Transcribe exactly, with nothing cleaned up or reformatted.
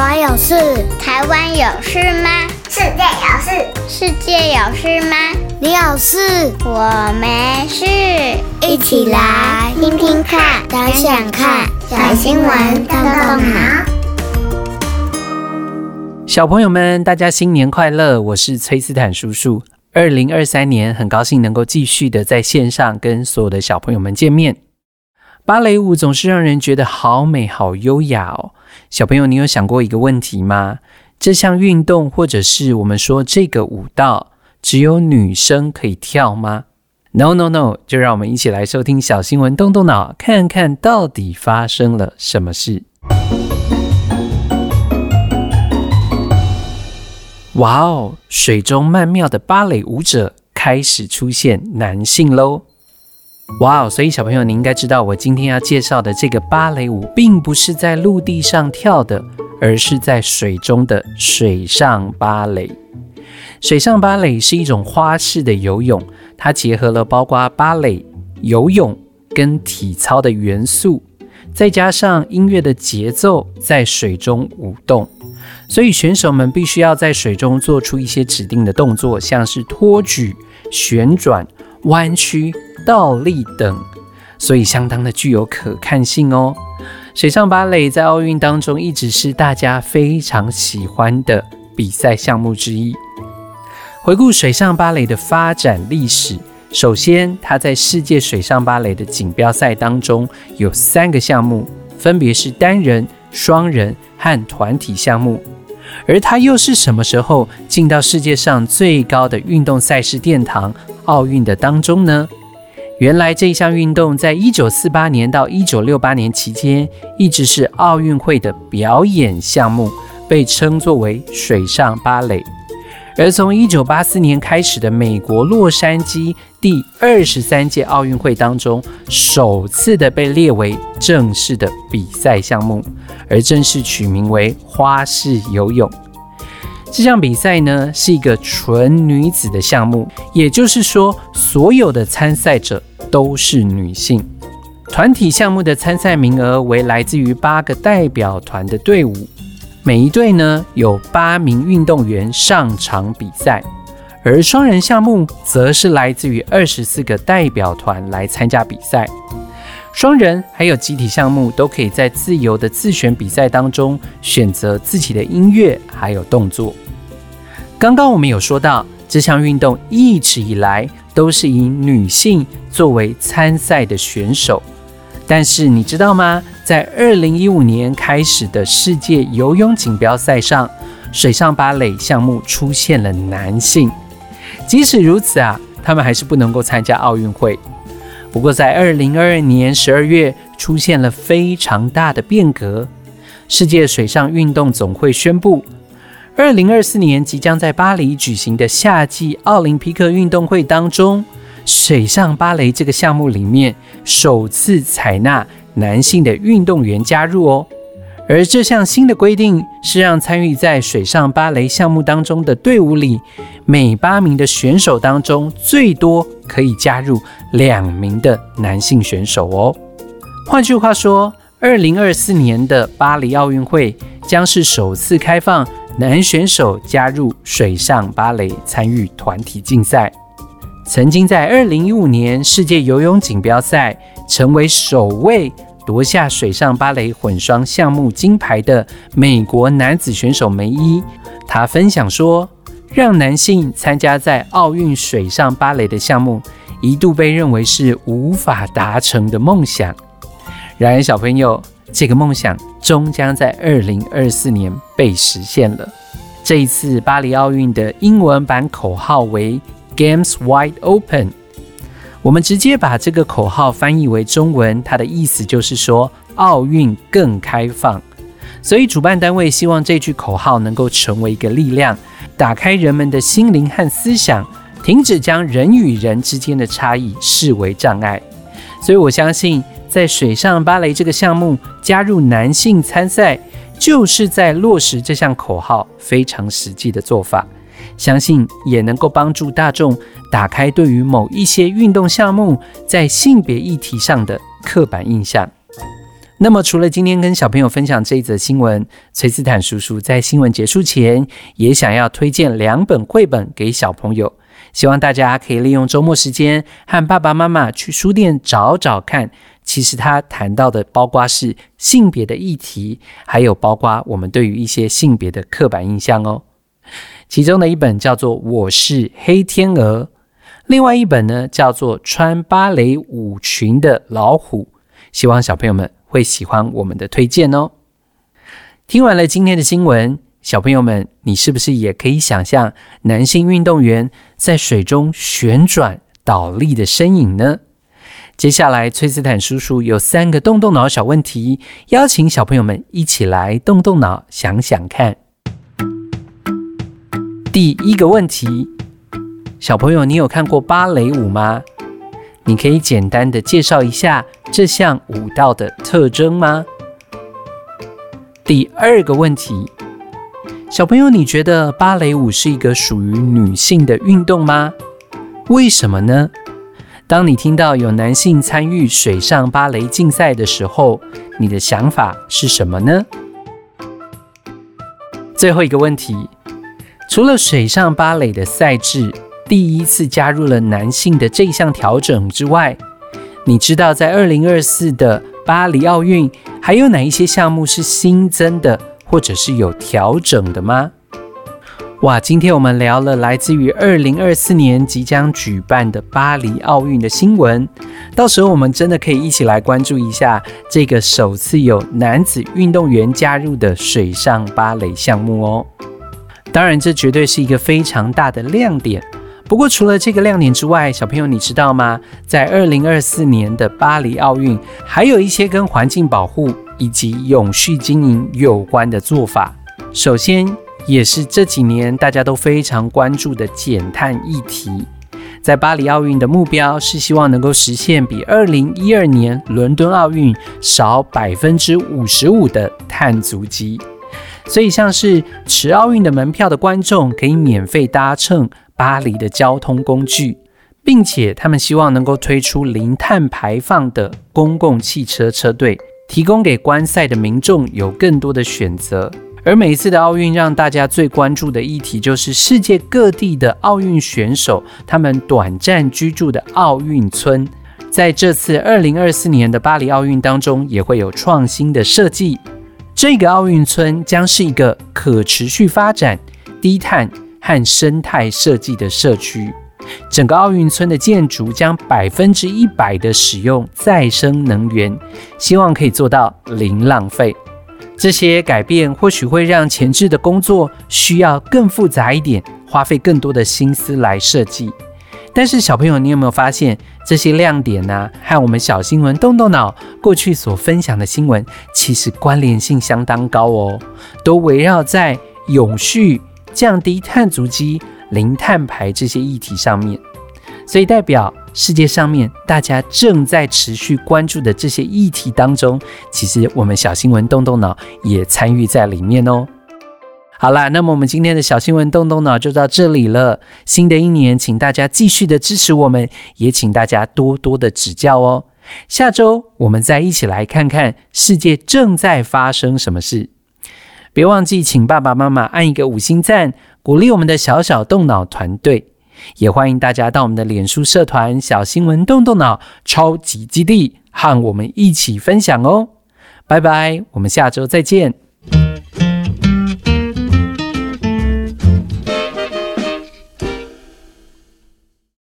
湾有事？ 台湾有事吗？ 世界有事？ 世界有事吗？ 你有事？ 我没事。 一起来听听看，想想看，小新闻动动脑。 小朋友们，大家新年快乐！我是崔斯坦叔叔。二零二三年，很高兴能够继续的在线上跟所有的小朋友们见面。芭蕾舞总是让人觉得好美好优雅哦。小朋友，你有想过一个问题吗？这项运动或者是我们说这个舞蹈，只有女生可以跳吗？ No No No， 就让我们一起来收听小新闻动动脑，看看到底发生了什么事。哇哦，水中曼妙的芭蕾舞者开始出现男性咯。哇哦，所以小朋友你应该知道，我今天要介绍的这个芭蕾舞并不是在陆地上跳的，而是在水中的水上芭蕾。水上芭蕾是一种花式的游泳，它结合了包括芭蕾、游泳跟体操的元素，再加上音乐的节奏，在水中舞动。所以选手们必须要在水中做出一些指定的动作，像是托举、旋转、弯曲、倒立等，所以相当的具有可看性哦。水上芭蕾在奥运当中一直是大家非常喜欢的比赛项目之一。回顾水上芭蕾的发展历史，首先它在世界水上芭蕾的锦标赛当中有三个项目，分别是单人、双人和团体项目。而它又是什么时候进到世界上最高的运动赛事殿堂奥运的当中呢？原来这一项运动在一九四八年到一九六八年期间一直是奥运会的表演项目，被称作为水上芭蕾。而从一九八四年开始的美国洛杉矶第二十三届奥运会当中，首次的被列为正式的比赛项目，而正式取名为花式游泳。这项比赛呢是一个纯女子的项目，也就是说所有的参赛者都是女性。团体项目的参赛名额为来自于八个代表团的队伍，每一队呢有八名运动员上场比赛，而双人项目则是来自于二十四个代表团来参加比赛。双人还有集体项目都可以在自由的自选比赛当中选择自己的音乐还有动作。刚刚我们有说到，这项运动一直以来都是以女性作为参赛的选手，但是你知道吗？在二零一五年开始的世界游泳锦标赛上，水上芭蕾项目出现了男性。即使如此啊，他们还是不能够参加奥运会。不过在二零二二年十二月出现了非常大的变革，世界水上运动总会宣布，二零二四年即将在巴黎举行的夏季奥林匹克运动会当中，水上芭蕾这个项目里面首次采纳男性的运动员加入哦。而这项新的规定是让参与在水上芭蕾项目当中的队伍里，每八名的选手当中最多可以加入两名的男性选手哦。换句话说，二零二四年的巴黎奥运会将是首次开放男选手加入水上芭蕾参与团体竞赛。曾经在二零一五年世界游泳锦标赛成为首位夺下水上芭蕾混双项目金牌的美国男子选手梅伊，他分享说，让男性参加在奥运水上芭蕾的项目一度被认为是无法达成的梦想。然而小朋友，这个梦想终将在二零二四年被实现了。这一次巴黎奥运的英文版口号为 Games Wide Open， 我们直接把这个口号翻译为中文，它的意思就是说奥运更开放。所以主办单位希望这句口号能够成为一个力量，打开人们的心灵和思想，停止将人与人之间的差异视为障碍。所以我相信在水上芭蕾这个项目加入男性参赛，就是在落实这项口号非常实际的做法，相信也能够帮助大众打开对于某一些运动项目在性别议题上的刻板印象。 那么除了今天跟小朋友分享这一则新闻，崔斯坦叔叔在新闻结束前也想要推荐两本绘本给小朋友，希望大家可以利用周末时间和爸爸妈妈去书店找找看。其实他谈到的包括是性别的议题，还有包括我们对于一些性别的刻板印象哦。其中的一本叫做《我是黑天鹅》，另外一本呢叫做《穿芭蕾舞裙的老虎》，希望小朋友们会喜欢我们的推荐哦。听完了今天的新闻，小朋友们，你是不是也可以想象男性运动员在水中旋转倒立的身影呢？接下来崔斯坦叔叔有三个动动脑小问题，邀请小朋友们一起来动动脑想想看。第一个问题，小朋友，你有看过芭蕾舞吗？你可以简单的介绍一下这项舞蹈的特征吗？第二个问题，小朋友，你觉得芭蕾舞是一个属于女性的运动吗？为什么呢？当你听到有男性参与水上芭蕾竞赛的时候，你的想法是什么呢？最后一个问题，除了水上芭蕾的赛制第一次加入了男性的这项调整之外，你知道在二零二四的巴黎奥运还有哪一些项目是新增的或者是有调整的吗？哇，今天我们聊了来自于二零二四年即将举办的巴黎奥运的新闻，到时候我们真的可以一起来关注一下这个首次有男子运动员加入的水上芭蕾项目哦。当然这绝对是一个非常大的亮点，不过除了这个亮点之外，小朋友你知道吗？在二零二四年的巴黎奥运还有一些跟环境保护以及永续经营有关的做法。首先也是这几年大家都非常关注的减碳议题。在巴黎奥运的目标是希望能够实现比二零一二年伦敦奥运少 百分之五十五 的碳足迹。所以像是持奥运的门票的观众可以免费搭乘巴黎的交通工具，并且他们希望能够推出零碳排放的公共汽车车队，提供给观赛的民众有更多的选择。而每一次的奥运让大家最关注的议题就是世界各地的奥运选手他们短暂居住的奥运村，在这次二零二四年的巴黎奥运当中也会有创新的设计。这个奥运村将是一个可持续发展、低碳和生态设计的社区，整个奥运村的建筑将百分之一百的使用再生能源，希望可以做到零浪费。这些改变或许会让前置的工作需要更复杂一点，花费更多的心思来设计。但是小朋友，你有没有发现这些亮点啊，和我们小新闻动动脑过去所分享的新闻其实关联性相当高哦，都围绕在永续、降低碳足迹、零碳排这些议题上面。所以代表世界上面大家正在持续关注的这些议题当中，其实我们小新闻动动脑也参与在里面哦。好啦，那么我们今天的小新闻动动脑就到这里了。新的一年请大家继续的支持我们，也请大家多多的指教哦。下周我们再一起来看看世界正在发生什么事。别忘记请爸爸妈妈按一个五星赞，鼓励我们的小小动脑团队。也欢迎大家到我们的脸书社团小新闻动动脑超级基地和我们一起分享哦。拜拜，我们下周再见。